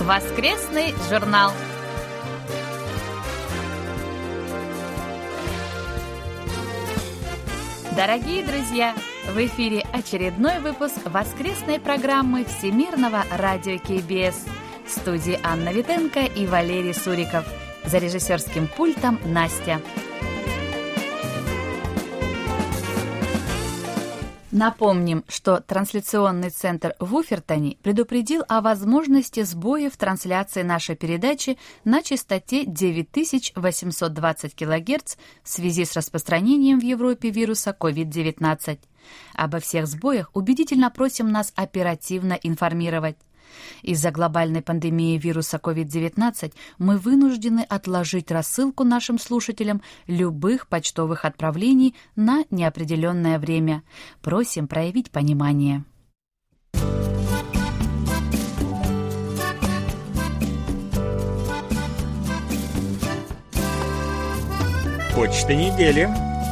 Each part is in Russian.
Воскресный журнал. Дорогие друзья, в эфире очередной выпуск воскресной программы Всемирного радио КБС. В студии Анна Витенко и Валерий Суриков. За режиссерским пультом Настя. Напомним, что трансляционный центр в Уфертоне предупредил о возможности сбоя в трансляции нашей передачи на частоте 9820 кГц в связи с распространением в Европе вируса COVID-19. Обо всех сбоях убедительно просим нас оперативно информировать. Из-за глобальной пандемии вируса COVID-19 мы вынуждены отложить рассылку нашим слушателям любых почтовых отправлений на неопределенное время. Просим проявить понимание. Почта недели.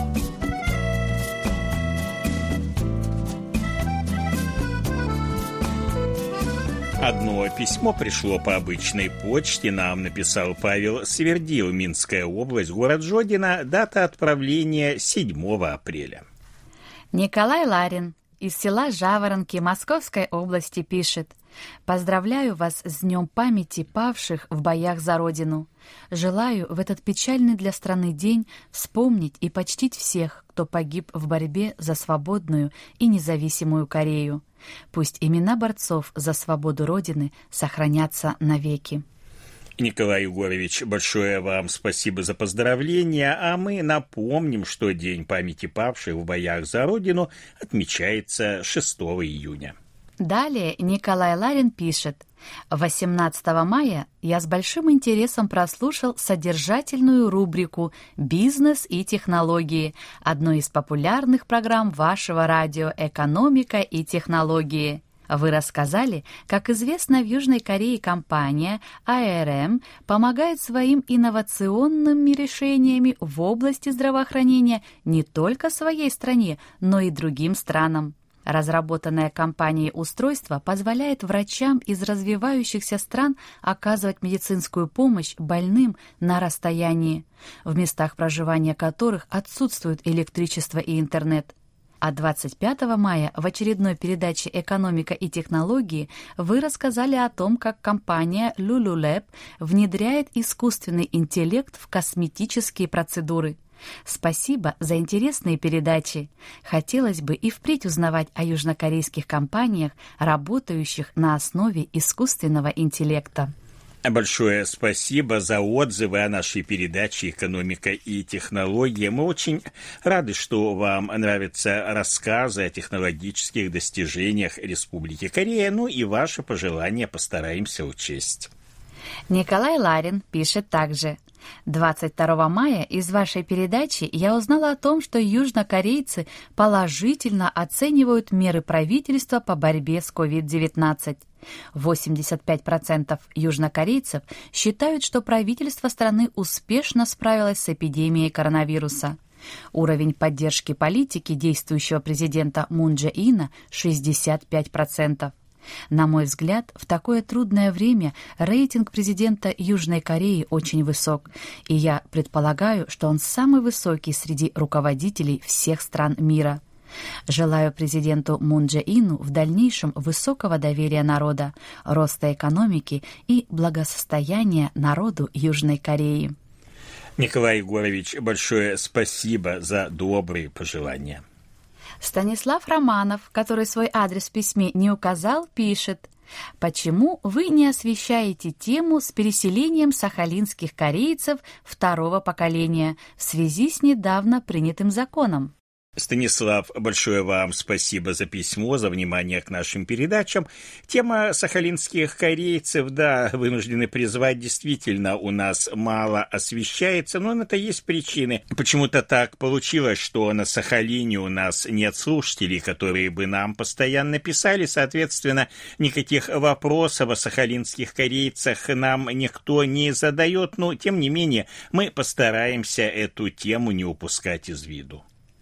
Одно письмо пришло по обычной почте, нам написал Павел Свердил, Минская область, город Жодино, дата отправления 7 апреля. Николай Ларин из села Жаворонки Московской области пишет: «Поздравляю вас с Днем памяти павших в боях за Родину. Желаю в этот печальный для страны день вспомнить и почтить всех, кто погиб в борьбе за свободную и независимую Корею. Пусть имена борцов за свободу Родины сохранятся навеки». Николай Егорович, большое вам спасибо за поздравления, а мы напомним, что День памяти павших в боях за Родину отмечается 6 июня. Далее Николай Ларин пишет: 18 мая я с большим интересом прослушал содержательную рубрику «Бизнес и технологии», одной из популярных программ вашего радио «Экономика и технологии». Вы рассказали, как известно, в Южной Корее компания АРМ помогает своим инновационными решениями в области здравоохранения не только своей стране, но и другим странам. Разработанное компанией устройство позволяет врачам из развивающихся стран оказывать медицинскую помощь больным на расстоянии, в местах проживания которых отсутствует электричество и интернет. А 25 мая в очередной передаче «Экономика и технологии» вы рассказали о том, как компания Lululab внедряет искусственный интеллект в косметические процедуры. Спасибо за интересные передачи. Хотелось бы и впредь узнавать о южнокорейских компаниях, работающих на основе искусственного интеллекта. Большое спасибо за отзывы о нашей передаче «Экономика и технологии». Мы очень рады, что вам нравятся рассказы о технологических достижениях Республики Корея, ну и ваши пожелания постараемся учесть. Николай Ларин пишет также: 22 мая из вашей передачи я узнала о том, что южнокорейцы положительно оценивают меры правительства по борьбе с COVID-19. 85% южнокорейцев считают, что правительство страны успешно справилось с эпидемией коронавируса. Уровень поддержки политики действующего президента Мун Чжэ Ина – 65%. На мой взгляд, в такое трудное время рейтинг президента Южной Кореи очень высок, и я предполагаю, что он самый высокий среди руководителей всех стран мира. Желаю президенту Мун Чжэ Ину в дальнейшем высокого доверия народа, роста экономики и благосостояния народу Южной Кореи. Николай Егорович, большое спасибо за добрые пожелания. Станислав Романов, который свой адрес в письме не указал, пишет: «Почему вы не освещаете тему с переселением сахалинских корейцев второго поколения в связи с недавно принятым законом?» Станислав, большое вам спасибо за письмо, за внимание к нашим передачам. Тема сахалинских корейцев, да, вынуждены призвать, действительно у нас мало освещается, но на это есть причины. Почему-то так получилось, что на Сахалине у нас нет слушателей, которые бы нам постоянно писали, соответственно, никаких вопросов о сахалинских корейцах нам никто не задает, но, тем не менее, мы постараемся эту тему не упускать из виду.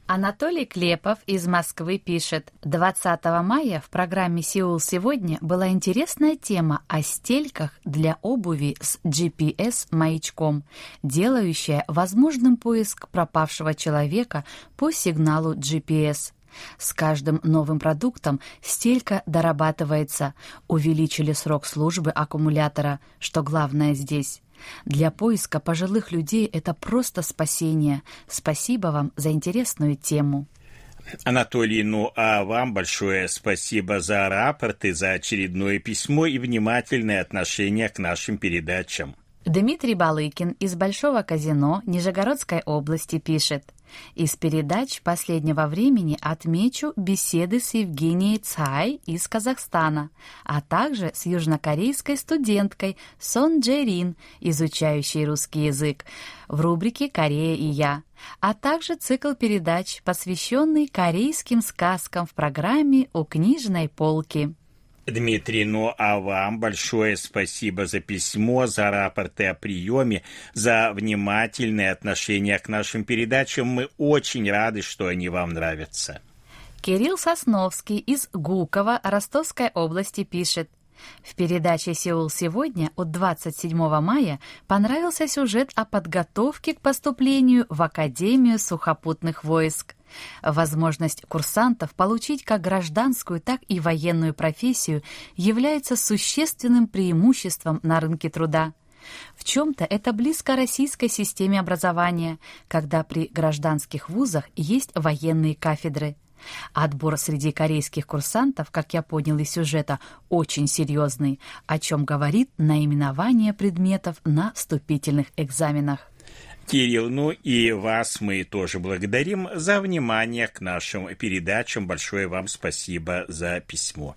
Анатолий Клепов из Москвы пишет: 20 мая в программе «Сеул сегодня» была интересная тема о стельках для обуви с GPS-маячком, делающая возможным поиск пропавшего человека по сигналу GPS. С каждым новым продуктом стелька дорабатывается, увеличили срок службы аккумулятора, что главное здесь. Для поиска пожилых людей это просто спасение. Спасибо вам за интересную тему. Анатолий, а вам большое спасибо за рапорт и за очередное письмо и внимательное отношение к нашим передачам. Дмитрий Балыкин из Большого Казино Нижегородской области пишет: из передач последнего времени отмечу беседы с Евгенией Цай из Казахстана, а также с южнокорейской студенткой Сон Джерин, изучающей русский язык, в рубрике «Корея и я», а также цикл передач, посвященный корейским сказкам в программе «У книжной полки». Дмитрий, а вам большое спасибо за письмо, за рапорты о приеме, за внимательное отношение к нашим передачам. Мы очень рады, что они вам нравятся. Кирилл Сосновский из Гуково Ростовской области пишет: в передаче «Сеул сегодня» от 27 мая понравился сюжет о подготовке к поступлению в Академию сухопутных войск. Возможность курсантов получить как гражданскую, так и военную профессию является существенным преимуществом на рынке труда. В чем-то это близко российской системе образования, когда при гражданских вузах есть военные кафедры. Отбор среди корейских курсантов, как я понял из сюжета, очень серьезный, о чем говорит наименование предметов на вступительных экзаменах. Кирилл, и вас мы тоже благодарим за внимание к нашим передачам. Большое вам спасибо за письмо.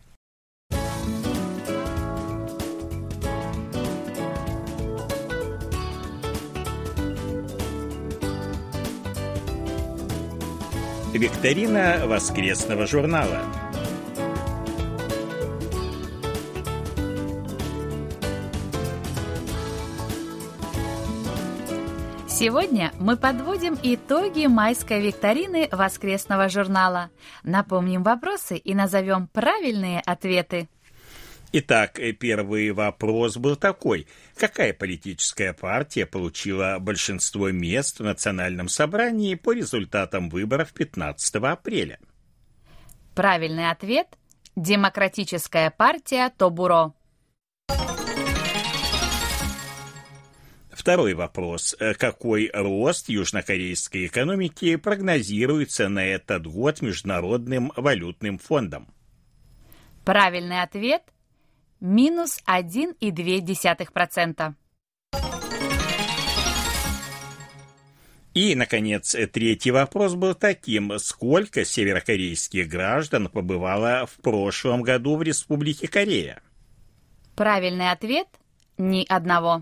Викторина воскресного журнала. Сегодня мы подводим итоги майской викторины воскресного журнала. Напомним вопросы и назовем правильные ответы. Итак, первый вопрос был такой. Какая политическая партия получила большинство мест в Национальном собрании по результатам выборов 15 апреля? Правильный ответ – Демократическая партия Тобуро. Второй вопрос. Какой рост южнокорейской экономики прогнозируется на этот год Международным валютным фондом? Правильный ответ – минус 1,2%. И, наконец, третий вопрос был таким. Сколько северокорейских граждан побывало в прошлом году в Республике Корея? Правильный ответ – ни одного.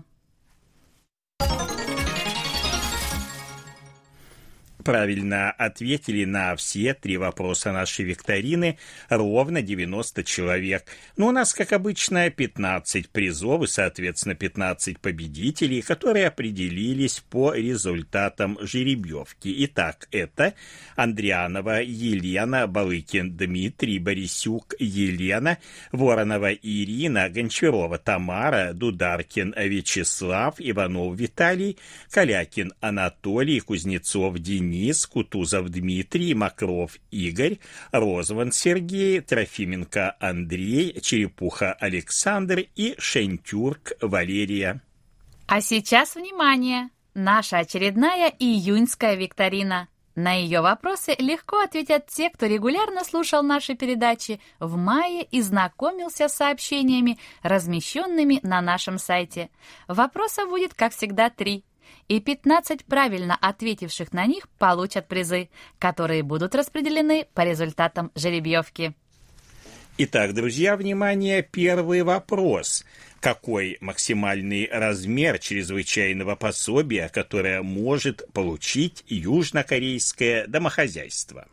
Правильно ответили на все три вопроса нашей викторины ровно 90 человек. Но у нас, как обычно, 15 призов и, соответственно, 15 победителей, которые определились по результатам жеребьевки. Итак, это Андрианова Елена, Балыкин Дмитрий, Борисюк Елена, Воронова Ирина, Гончарова Тамара, Дударкин Вячеслав, Иванов Виталий, Калякин Анатолий, Кузнецов Денис, Кутузов Дмитрий, Макров Игорь, Розван Сергей, Трофименко Андрей, Черепуха Александр и Шентюрк Валерия. А сейчас внимание! Наша очередная июньская викторина. На ее вопросы легко ответят те, кто регулярно слушал наши передачи в мае и знакомился с сообщениями, размещенными на нашем сайте. Вопросов будет, как всегда, 3. И 15 правильно ответивших на них получат призы, которые будут распределены по результатам жеребьевки. Итак, друзья, внимание, первый вопрос. Какой максимальный размер чрезвычайного пособия, которое может получить южнокорейское домохозяйство?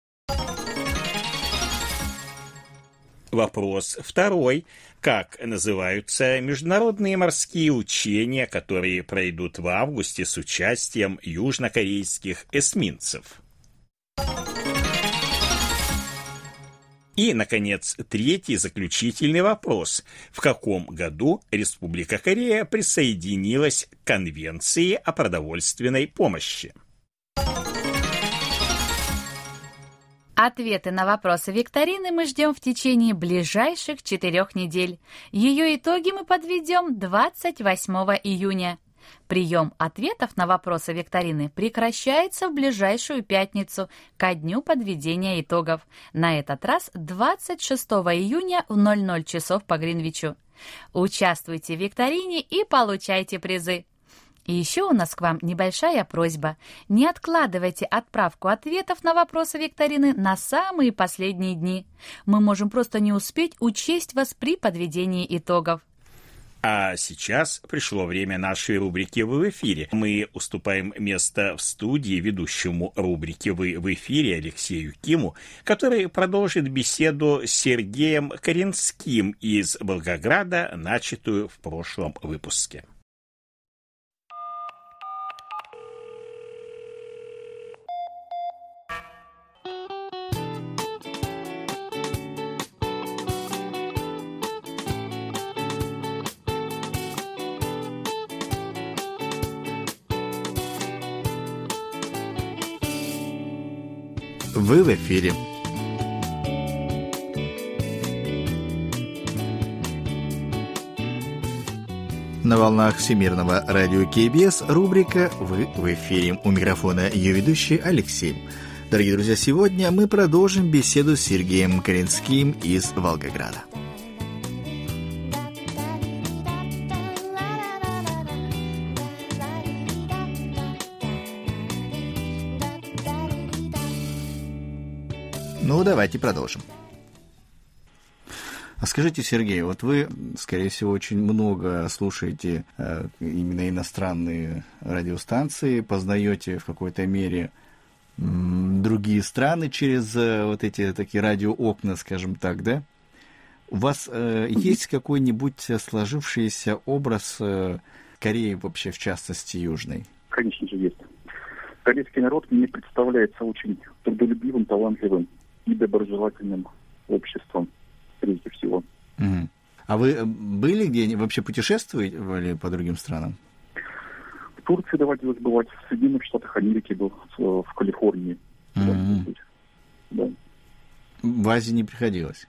Вопрос второй. Как называются международные морские учения, которые пройдут в августе с участием южнокорейских эсминцев? И, наконец, третий заключительный вопрос. В каком году Республика Корея присоединилась к Конвенции о продовольственной помощи? Ответы на вопросы викторины мы ждем в течение ближайших 4 недель. Ее итоги мы подведем 28 июня. Прием ответов на вопросы викторины прекращается в ближайшую пятницу, ко дню подведения итогов. На этот раз 26 июня в 00 часов по Гринвичу. Участвуйте в викторине и получайте призы. И еще у нас к вам небольшая просьба. Не откладывайте отправку ответов на вопросы викторины на самые последние дни. Мы можем просто не успеть учесть вас при подведении итогов. А сейчас пришло время нашей рубрики «Вы в эфире». Мы уступаем место в студии ведущему рубрики «Вы в эфире» Алексею Киму, который продолжит беседу с Сергеем Коренским из Волгограда, начатую в прошлом выпуске. Вы в эфире. На волнах Всемирного радио КБС рубрика «Вы в эфире». У микрофона ее ведущий Алексей. Дорогие друзья, сегодня мы продолжим беседу с Сергеем Коренским из Волгограда. Ну, давайте продолжим. А скажите, Сергей, вот вы, скорее всего, очень много слушаете именно иностранные радиостанции, познаете в какой-то мере другие страны через вот эти такие радиоокна, скажем так, да? У вас есть какой-нибудь сложившийся образ Кореи вообще, в частности, Южной? Конечно же, есть. Корейский народ мне представляется очень трудолюбивым, талантливым и доброжелательным обществом, прежде всего. Угу. А вы были где-нибудь, вообще путешествовали по другим странам? В Турции доводилось бывать, в Соединенных Штатах Америки был, в Калифорнии. Да. В Азии не приходилось?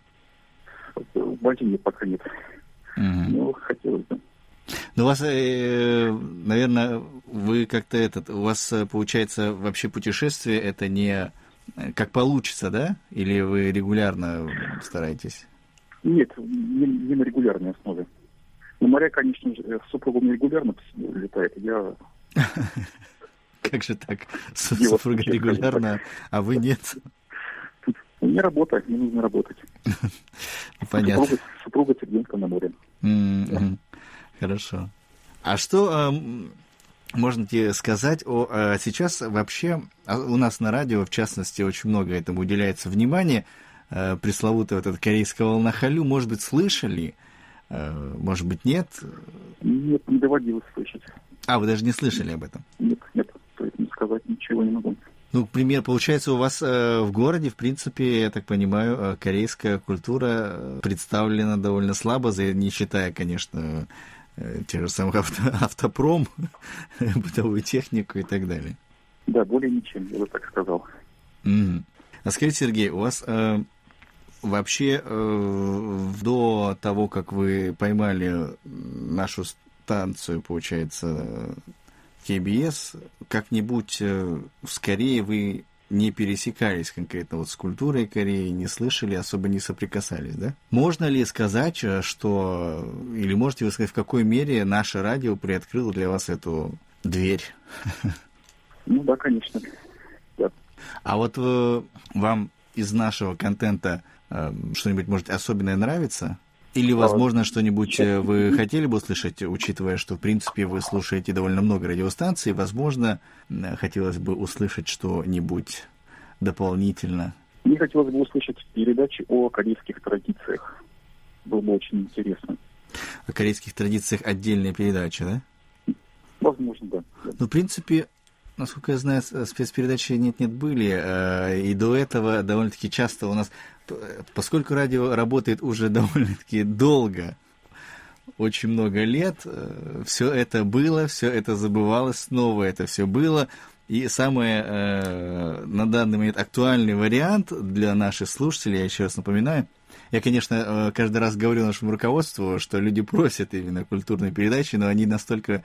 В Азии нет, пока нет. Но хотелось бы. Ну, у вас, наверное, вы как-то у вас, получается, вообще путешествие это не как получится, да? Или вы регулярно стараетесь? Нет, не на регулярной основе. На моря, конечно же, с супругом регулярно летает. Я... Как же так? Супруга регулярно, а вы нет? Не работа, не нужно работать. Понятно. Супруга Сергеенко на море. Хорошо. А что можете сказать сейчас вообще у нас на радио, в частности, очень много этому уделяется внимания, пресловутый вот этот корейского волнахалю, может быть, слышали, может быть, нет? Нет, не доводилось слышать. А, вы даже не слышали об этом? Нет, то есть не сказать ничего не могу. Ну, к примеру, получается, у вас в городе, в принципе, я так понимаю, корейская культура представлена довольно слабо, не считая, конечно, тех же самых автопром, бытовую технику и так далее. Да, более ничем, я бы так сказал. А скажите, Сергей, у вас вообще до того, как вы поймали нашу станцию, получается, КБС, как-нибудь с Кореей вы не пересекались конкретно вот с культурой Кореи, не слышали, особо не соприкасались, да? Можно ли сказать, что, или можете вы сказать, в какой мере наше радио приоткрыло для вас эту дверь? Ну да, конечно. Да. А вот вам из нашего контента что-нибудь, может, особенное нравится? Или, возможно, что-нибудь вы хотели бы услышать, учитывая, что, в принципе, вы слушаете довольно много радиостанций, возможно, хотелось бы услышать что-нибудь дополнительно? Мне хотелось бы услышать передачи о корейских традициях. Было бы очень интересно. О корейских традициях отдельная передача, да? Возможно, да. Ну, в принципе, насколько я знаю, спецпередачи «Нет-нет» были, и до этого довольно-таки часто у нас, поскольку радио работает уже довольно-таки долго, очень много лет, все это было, все это забывалось, снова это все было. И самый на данный момент актуальный вариант для наших слушателей, я еще раз напоминаю, я, конечно, каждый раз говорю нашему руководству, что люди просят именно культурные передачи, но они настолько,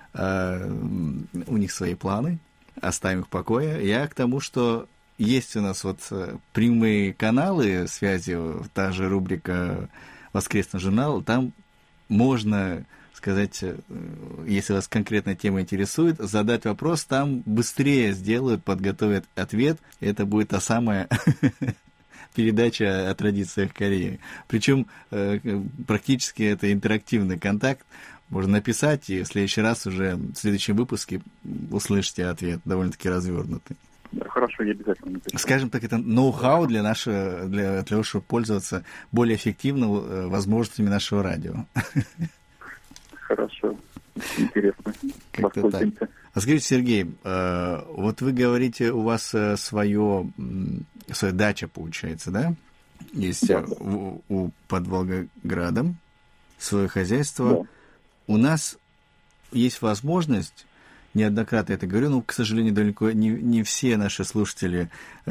у них свои планы, оставим их в покое. Я к тому, что есть у нас вот прямые каналы связи, та же рубрика «Воскресный журнал», там можно сказать, если вас конкретная тема интересует, задать вопрос, там быстрее сделают, подготовят ответ. Это будет та самая передача о традициях Кореи. Причем практически это интерактивный контакт. Можно написать, и в следующий раз уже в следующем выпуске услышите ответ, довольно-таки развернутый. Хорошо, я обязательно напишу. Скажем так, это ноу-хау для того, чтобы пользоваться более эффективно возможностями нашего радио. Хорошо, интересно. Как-то так. А скажите, Сергей, вот вы говорите, у вас своя дача, получается, да? Есть да. Под Волгоградом свое хозяйство. Да. У нас есть возможность, неоднократно это говорю, но, к сожалению, далеко не все наши слушатели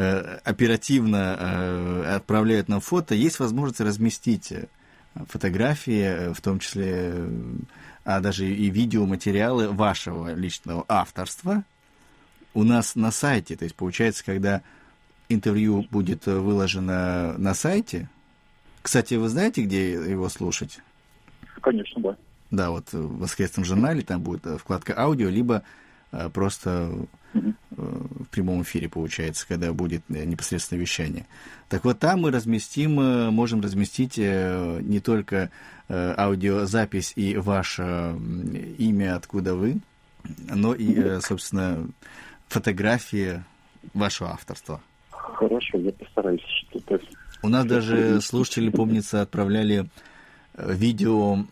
оперативно отправляют нам фото. Есть возможность разместить фотографии, в том числе, а даже и видеоматериалы вашего личного авторства у нас на сайте. То есть, получается, когда интервью будет выложено на сайте, кстати, вы знаете, где его слушать? Конечно, да. Да, вот в «Воскресном журнале» там будет вкладка «Аудио», либо просто в прямом эфире, получается, когда будет непосредственное вещание. Так вот, там мы можем разместить не только аудиозапись и ваше имя, откуда вы, но и, собственно, фотографии вашего авторства. Хорошо, я постараюсь что-то. У нас даже слушатели, помнится, отправляли видео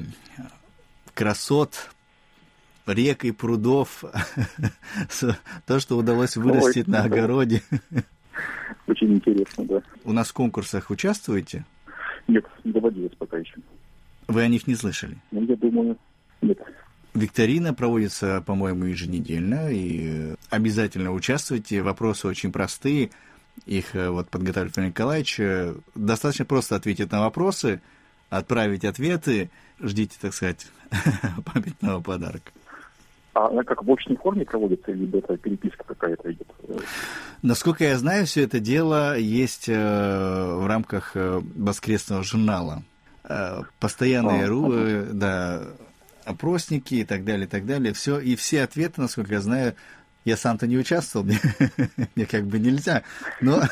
красот рек и прудов, то, что удалось вырастить на огороде. Очень интересно, да. У нас в конкурсах участвуете? Нет, не доводилось пока еще. Вы о них не слышали? Ну, я думаю, нет. Викторина проводится, по-моему, еженедельно, и обязательно участвуйте. Вопросы очень простые. Их вот подготавливает Владимир Николаевич. Достаточно просто ответить на вопросы, отправить ответы. Ждите, так сказать, памятного подарка. А она как в очной форме проводится, либо это переписка какая-то идет? Насколько я знаю, все это дело есть в рамках «Воскресного журнала». Постоянные опросники и так далее, и так далее. Все, и все ответы, насколько я знаю, я сам-то не участвовал, мне как бы нельзя, но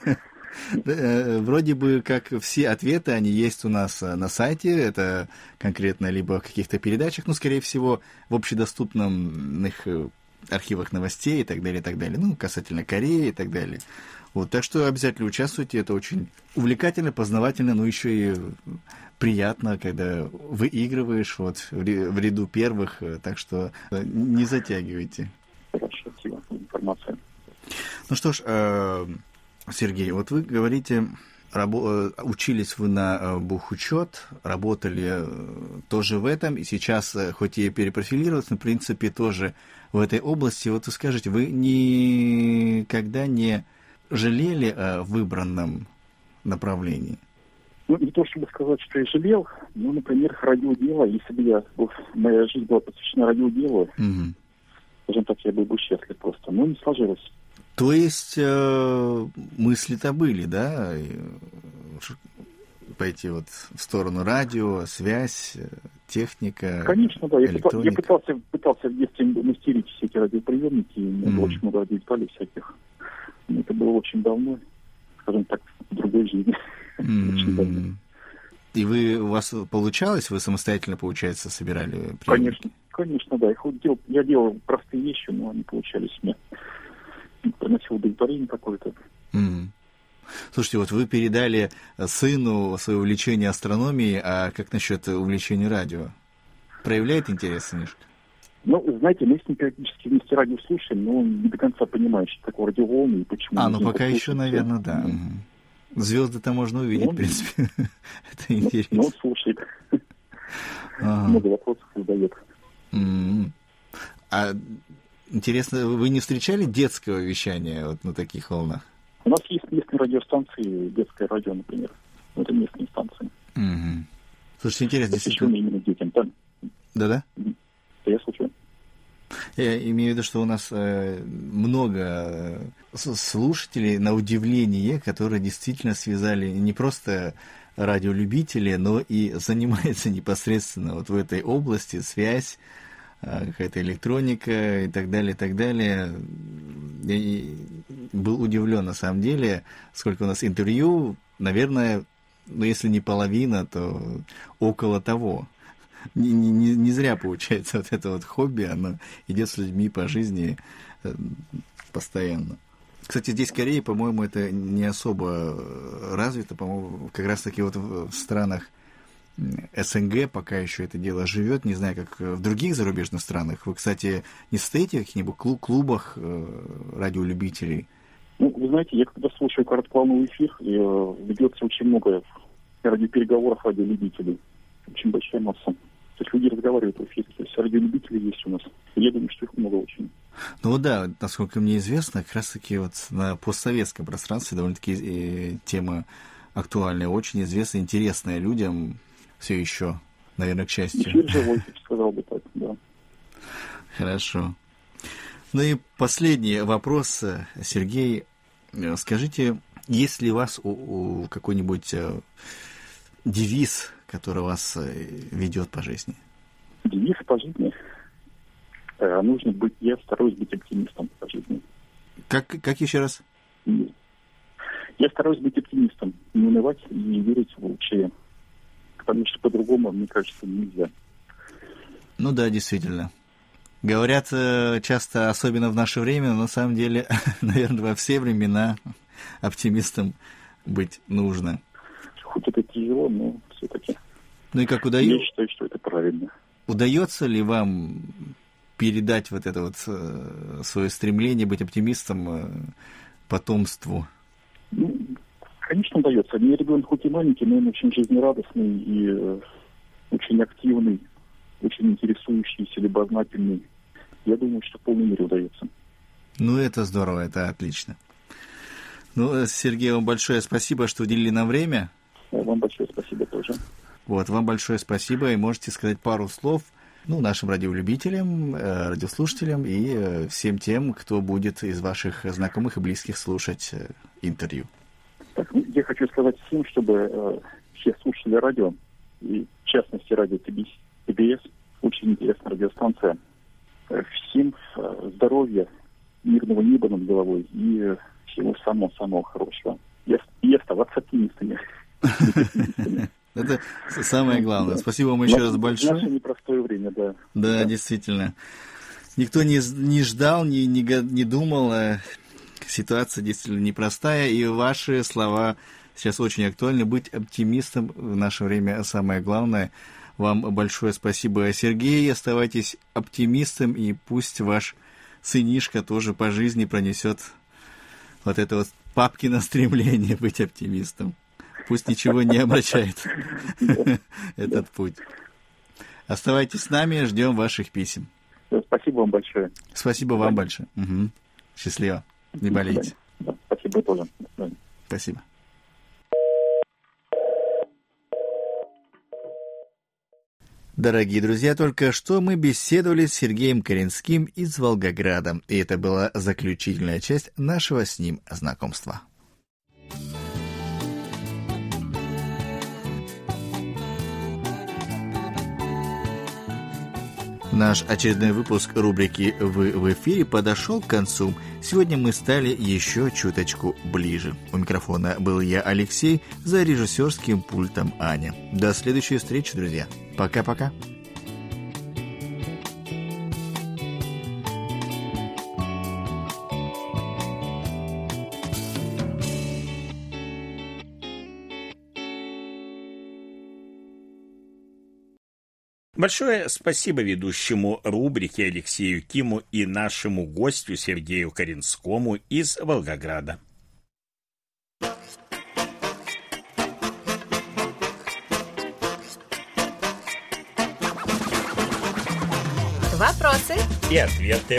вроде бы как все ответы, они есть у нас на сайте, это конкретно либо в каких-то передачах, ну, скорее всего, в общедоступных архивах новостей и так далее, ну, касательно Кореи и так далее. Вот, так что обязательно участвуйте, это очень увлекательно, познавательно, но еще и приятно, когда выигрываешь вот в ряду первых, так что не затягивайте. Хорошо, спасибо за информацию. Ну что ж, Сергей, вот вы говорите, учились вы на бухучет, работали тоже в этом, и сейчас, хоть и перепрофилировались, но, в принципе, тоже в этой области. Вот вы скажите, вы никогда не жалели о выбранном направлении? Ну, не то, чтобы сказать, что я жалел, но, например, радиодело, если бы моя жизнь была посвящена радиоделу, скажем так, я был бы счастлив просто, но не сложилось. То есть мысли-то были, да, пойти вот в сторону радио, связь, техника, конечно, да. электроника. Я пытался в детстве мастерить все эти радиоприемники, было очень много радиодеталей всяких. Но это было очень давно, скажем так, в другой жизни. Очень давно. И у вас получалось? Вы самостоятельно, получается, собирали приемники? Конечно, да. Я делал простые вещи, но они получались мне. Приносил удовлетворение какое-то. Слушайте, вот вы передали сыну свое увлечение астрономией, а как насчет увлечения радио? Проявляет интерес, сынишка? Ну, знаете, мы с ним периодически вместе радио слушаем, но он не до конца понимает, что такое радиоволны и почему. Ну пока еще, наверное, да. Звезды-то можно увидеть, в принципе. Это интересно. Ну, он слушает. Много вопросов задает. А интересно, вы не встречали детского вещания вот на таких волнах? У нас есть местные радиостанции, детское радио, например. Это местные станции. Слушайте, интересно, действительно. Именно детям, да? Да-да? Я слушаю. Я имею в виду, что у нас много слушателей, на удивление, которые действительно связали не просто радиолюбители, но и занимаются непосредственно вот в этой области, связь, какая-то электроника и так далее, и так далее. Я был удивлен, на самом деле, сколько у нас интервью, наверное, ну, если не половина, то около того. Не зря, получается, вот это вот хобби, оно идет с людьми по жизни постоянно. Кстати, здесь в Корее, по-моему, это не особо развито, по-моему, как раз-таки вот в странах СНГ пока еще это дело живет, не знаю, как в других зарубежных странах. Вы, кстати, не состоите в каких-нибудь клубах радиолюбителей? Ну, вы знаете, я когда слушаю короткополосный эфир, ведется очень много радиопереговоров радиолюбителей. Очень большая масса. То есть люди разговаривают в эфире. То есть радиолюбители есть у нас. Я думаю, что их много очень. Ну да, насколько мне известно, как раз-таки вот на постсоветском пространстве довольно-таки тема актуальная, очень известная, интересная людям все еще, наверное, к счастью. Эфир живой, сказал бы так, да. Хорошо. Ну и последний вопрос, Сергей. Скажите, есть ли у вас какой-нибудь девиз, который вас ведет по жизни? Девиз по жизни? Нужно быть, я стараюсь быть оптимистом по жизни. Как еще раз? Я стараюсь быть оптимистом, не унывать и не верить в лучшее. Потому что по-другому, мне кажется, нельзя. Ну да, действительно. Говорят часто, особенно в наше время, но на самом деле, наверное, во все времена оптимистом быть нужно. Хоть это тяжело, но все-таки. Ну и как удается? Я считаю, что это правильно. Удается ли вам передать вот это вот свое стремление быть оптимистом потомству? Ну, конечно, удается. Мне ребенок хоть и маленький, но он очень жизнерадостный и очень активный, очень интересующийся, любознательный. Я думаю, что в полной мере удается. Ну, это здорово, это отлично. Ну, Сергей, вам большое спасибо, что уделили нам время. Вам большое спасибо тоже. Вот, вам большое спасибо, и можете сказать пару слов нашим радиолюбителям, радиослушателям и всем тем, кто будет из ваших знакомых и близких слушать интервью. Так, я хочу сказать всем, чтобы все слушали радио, и в частности радио ТБС, очень интересная радиостанция. Всем здоровья, мирного неба над головой и всего самого-самого хорошего. И оставаться оптимистами. Это самое главное. Спасибо вам еще раз большое. В наше непростое время, да. Да, действительно. Никто не ждал, не думал. Ситуация действительно непростая, и ваши слова сейчас очень актуальны. Быть оптимистом в наше время самое главное. Вам большое спасибо, Сергей. Оставайтесь оптимистом, и пусть ваш сынишка тоже по жизни пронесет вот это вот папкино стремление быть оптимистом. Пусть ничего не обращает этот путь. Оставайтесь с нами, ждем ваших писем. Спасибо вам большое. Спасибо вам большое. Счастливо. Не болейте. Спасибо тоже. Спасибо. Дорогие друзья, только что мы беседовали с Сергеем Коренским из Волгограда, и это была заключительная часть нашего с ним знакомства. Наш очередной выпуск рубрики «Вы в эфире» подошел к концу. Сегодня мы стали еще чуточку ближе. У микрофона был я, Алексей, за режиссерским пультом Аня. До следующей встречи, друзья. Пока-пока. Большое спасибо ведущему рубрики Алексею Киму и нашему гостю Сергею Коренскому из Волгограда. Вопросы и ответы.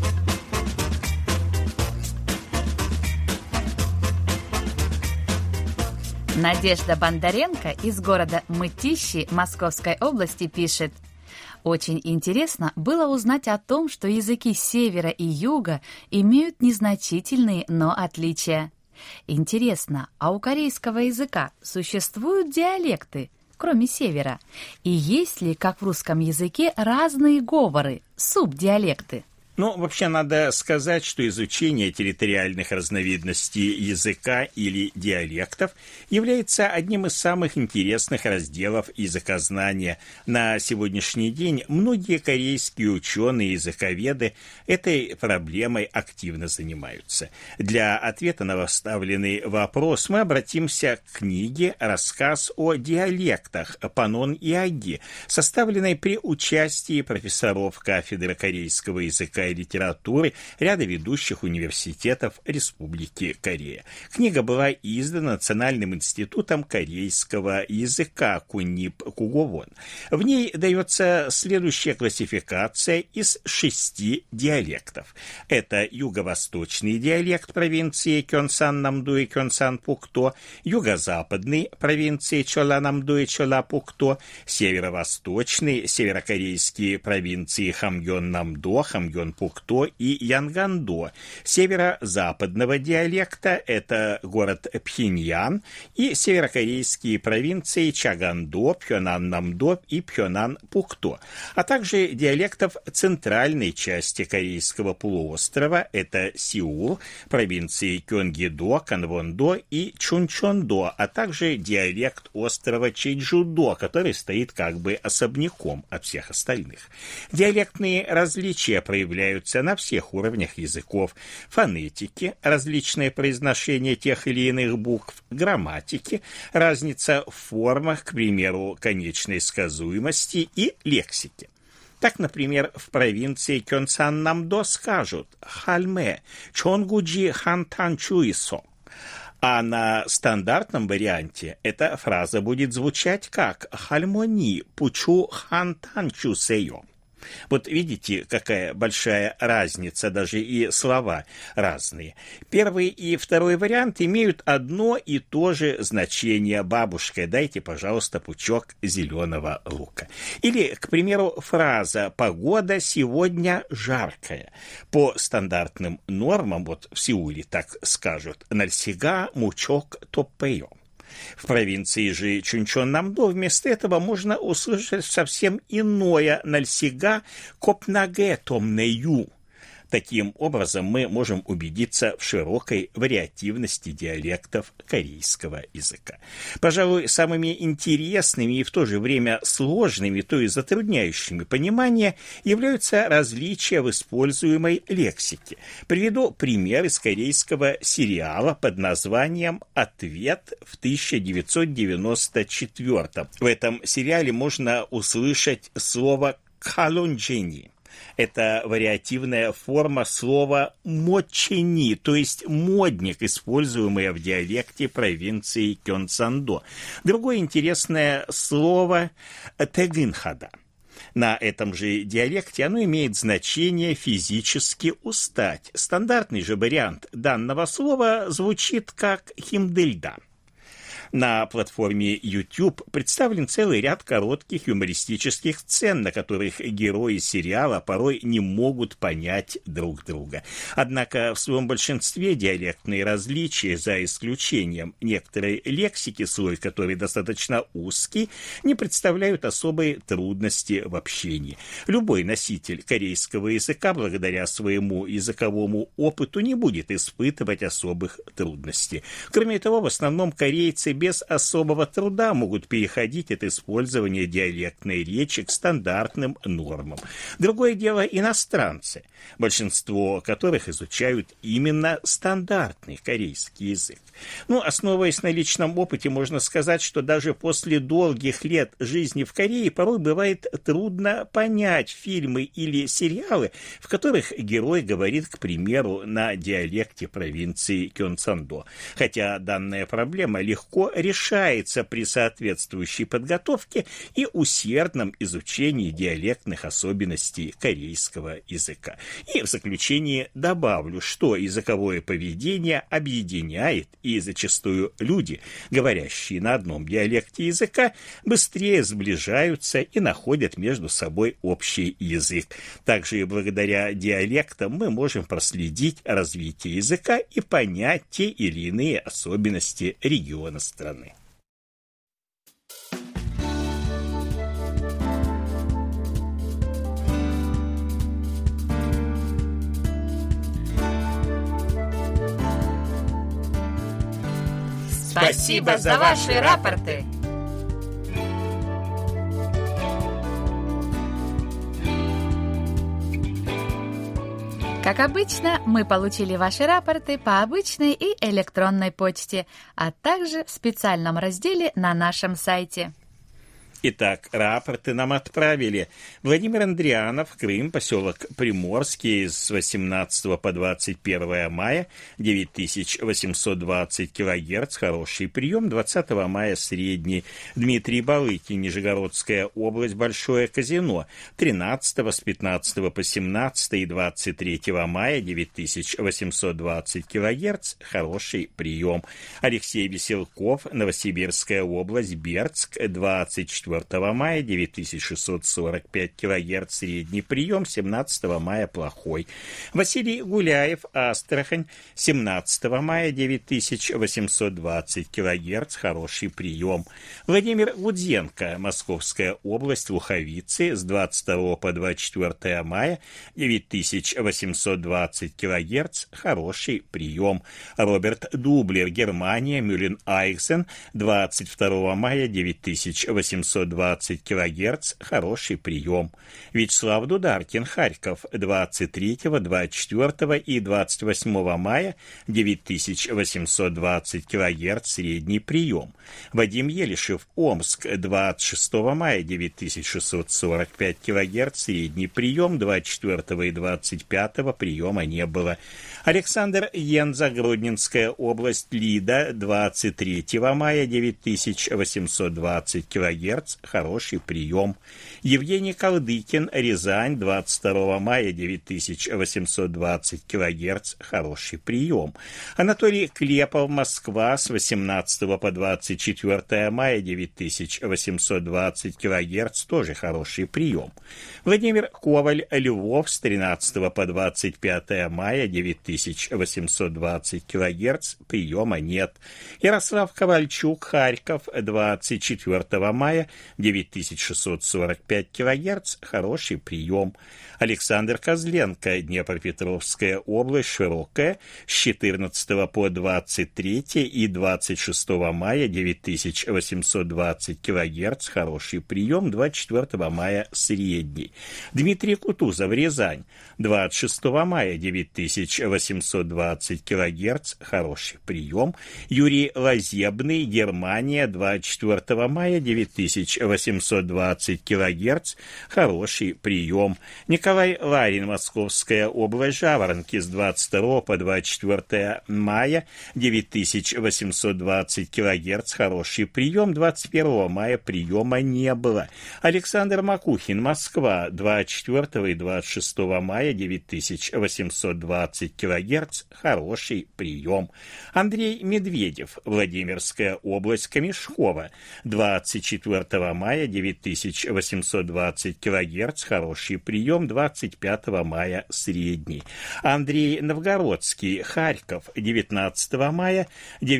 Надежда Бондаренко из города Мытищи Московской области пишет: очень интересно было узнать о том, что языки севера и юга имеют незначительные, но отличия. Интересно, а у корейского языка существуют диалекты, кроме севера? И есть ли, как в русском языке, разные говоры, субдиалекты? Ну, вообще надо сказать, что изучение территориальных разновидностей языка или диалектов является одним из самых интересных разделов языкознания. На сегодняшний день многие корейские ученые и языковеды этой проблемой активно занимаются. Для ответа на поставленный вопрос мы обратимся к книге «Рассказ о диалектах» Панон и Аги, составленной при участии профессоров кафедры корейского языка и литературы ряда ведущих университетов Республики Корея. Книга была издана Национальным институтом корейского языка Кунип Куговон. В ней дается следующая классификация из 6 диалектов. Это юго-восточный диалект провинции Кёнсан-Намду и Кёнсан-Пукто, юго-западный провинции Чола-Намду и Чола-Пукто, северо-восточный северокорейские провинции Хамгён-Намдо, Хамгён-Пукто и Янгандо. Северо-западного диалекта это город Пхеньян и северокорейские провинции Чагандо, Пхёнан-Намдо и Пхёнан-Пукто, а также диалектов центральной части Корейского полуострова это Сеул, провинции Кёнгидо, Канвондо и Чунчондо, а также диалект острова Чеджудо, который стоит как бы особняком от всех остальных. Диалектные различия проявляются на всех уровнях языков: фонетики, различное произношение тех или иных букв, грамматики, разница в формах, к примеру, конечной сказуемости и лексики. Так, например, в провинции Кёнсан-Намдо скажут «хальме», «чонгуджи хантанчуисо», а на стандартном варианте эта фраза будет звучать как «хальмони пучу хантанчусеё». Вот видите, какая большая разница, даже и слова разные. Первый и второй вариант имеют одно и то же значение: бабушка, дайте, пожалуйста, пучок зеленого лука. Или, к примеру, фраза «погода сегодня жаркая». По стандартным нормам, вот в Сеуле так скажут «нальсига мучок топпеё». В провинции же Чунчон-Намдо вместо этого можно услышать совсем иное «нальсига копнаге томнею». Таким образом, мы можем убедиться в широкой вариативности диалектов корейского языка. Пожалуй, самыми интересными и в то же время сложными, то есть затрудняющими понимание, являются различия в используемой лексике. Приведу пример из корейского сериала под названием «Ответ» в 1994. В этом сериале можно услышать слово «калонджени». Это вариативная форма слова «мочени», то есть «модник», используемый в диалекте провинции Кёнсандо. Другое интересное слово «тегинхада». На этом же диалекте оно имеет значение «физически устать». Стандартный же вариант данного слова звучит как «химдельда». На платформе YouTube представлен целый ряд коротких юмористических сцен, на которых герои сериала порой не могут понять друг друга. Однако в своем большинстве диалектные различия, за исключением некоторой лексики, слой которой достаточно узкий, не представляют особой трудности в общении. Любой носитель корейского языка, благодаря своему языковому опыту, не будет испытывать особых трудностей. Кроме того, в основном корейцы без особого труда могут переходить от использования диалектной речи к стандартным нормам. Другое дело иностранцы, большинство которых изучают именно стандартный корейский язык. Основываясь на личном опыте, можно сказать, что даже после долгих лет жизни в Корее порой бывает трудно понять фильмы или сериалы, в которых герой говорит, к примеру, на диалекте провинции Кёнсандо. Хотя данная проблема легко решается при соответствующей подготовке и усердном изучении диалектных особенностей корейского языка. И в заключение добавлю, что языковое поведение объединяет, и зачастую люди, говорящие на одном диалекте языка, быстрее сближаются и находят между собой общий язык. Также и благодаря диалектам мы можем проследить развитие языка и понять те или иные особенности региона страны. Спасибо за ваши рапорты! Как обычно, мы получили ваши рапорты по обычной и электронной почте, а также в специальном разделе на нашем сайте. Итак, рапорты нам отправили. Владимир Андрианов, Крым, поселок Приморский, с 18 по 21 мая, 9820 килогерц, хороший прием, 20 мая средний. Дмитрий Балыкин, Нижегородская область, Большое Казино, 13 с 15 по 17 и 23 мая, 9820 килогерц, хороший прием. Алексей Веселков, Новосибирская область, Бердск, 24 мая, 9645 килогерц, средний прием, 17 мая плохой. Василий Гуляев, Астрахань, 17 мая, 9820 килогерц, хороший прием. Владимир Гудзенко, Московская область, Луховицы, с 22 по 24 мая, 9820 килогерц, хороший прием. Роберт Дублер, Германия, Мюллен-Айхсен, 22 мая, 9820 килогерц, хороший прием. Вячеслав Дударкин, Харьков, 23, 24 и 28 мая, 9820 килогерц, средний прием. Вадим Елишев, Омск, 26 мая, 9645 килогерц, средний прием, 24 и 25 приема не было. Александр Янза, Гродненская область, Лида, 23 мая, 9820 килогерц, хороший прием. Евгений Калдыкин, Рязань, 22 мая, 9820 килогерц, хороший прием. Анатолий Клепов, Москва, с 18 по 24 мая, 9820 килогерц, тоже хороший прием. Владимир Коваль, Львов, с 13 по 25 мая, 9820 килогерц, приема нет. Ярослав Ковальчук, Харьков, 24 мая, 9645 килогерц, хороший прием. Александр Козленко, Днепропетровская область, Широкая, с 14 по 23 и 26 мая, 9820 килогерц, хороший прием, 24 мая средний. Дмитрий Кутузов, Рязань, 26 мая, 9820 килогерц, хороший прием. Юрий Лазебный, Германия, 24 мая, 9820 килогерц, хороший прием. Николай Ларин, Московская область, Жаворонки, с 22 по 24 мая, 9820 килогерц, хороший прием, 21 мая приема не было. Александр Макухин, Москва, 24 и 26 мая, 9820 килогерц, хороший прием. Андрей Медведев, Владимирская область, Камешково, 24 мая 9820 кГц, хороший прием, 25 мая средний. Андрей Новгородский, Харьков, 19 мая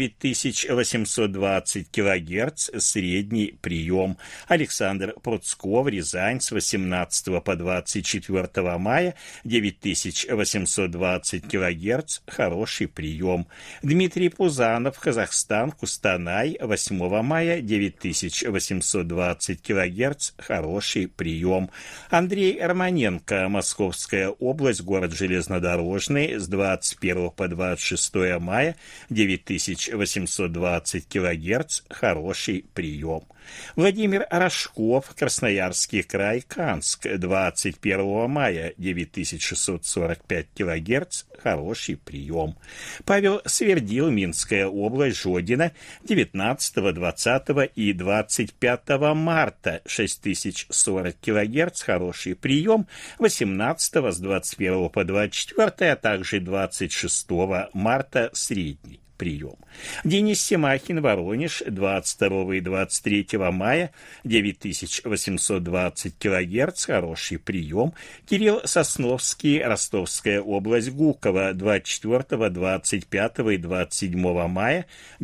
9820 кГц, средний прием. Александр Пруцков, Рязань, с 18 по 24 мая 9820 кГц, хороший прием. Дмитрий Пузанов, Казахстан, Кустанай, 8 мая 9820 кГц, хороший прием. Андрей Романенко, Московская область, город Железнодорожный, с 21 по 26 мая 9820 кГц, хороший прием. Владимир Рожков, Красноярский край, Канск, 21 мая 9645 кГц, хороший прием. Павел Свердил, Минская область, Жодино, 19, 20 и 25 марта, 6040 кГц, хороший прием, 18 с 21 по 24, а также 26 марта, средний прием. Денис Семахин, Воронеж, 22 и 23 мая, 9820 кГц, хороший прием. Кирилл Сосновский, Ростовская область, Гуково, 24, 25 и 27 мая,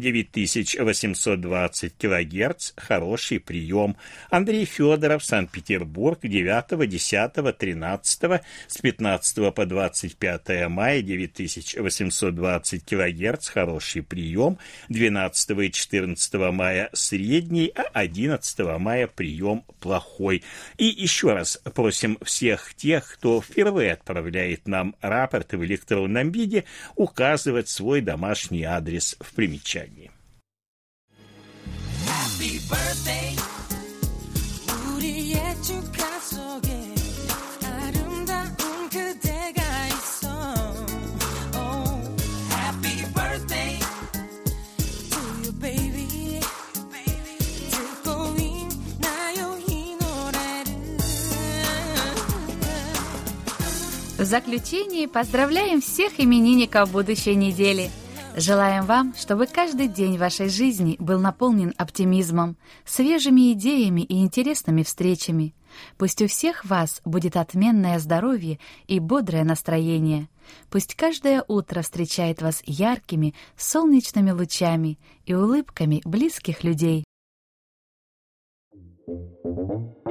9820 кГц, хороший прием. Андрей Федоров, Санкт-Петербург, 9, 10, 13, с 15 по 25 мая, 9820 кГц, хороший прием, 12 и 14 мая средний, а 11 мая прием плохой. И еще раз просим всех тех, кто впервые отправляет нам рапорты в электронном виде, указывать свой домашний адрес в примечании. Happy birthday. В заключение поздравляем всех именинников будущей недели. Желаем вам, чтобы каждый день вашей жизни был наполнен оптимизмом, свежими идеями и интересными встречами. Пусть у всех вас будет отменное здоровье и бодрое настроение. Пусть каждое утро встречает вас яркими, солнечными лучами и улыбками близких людей.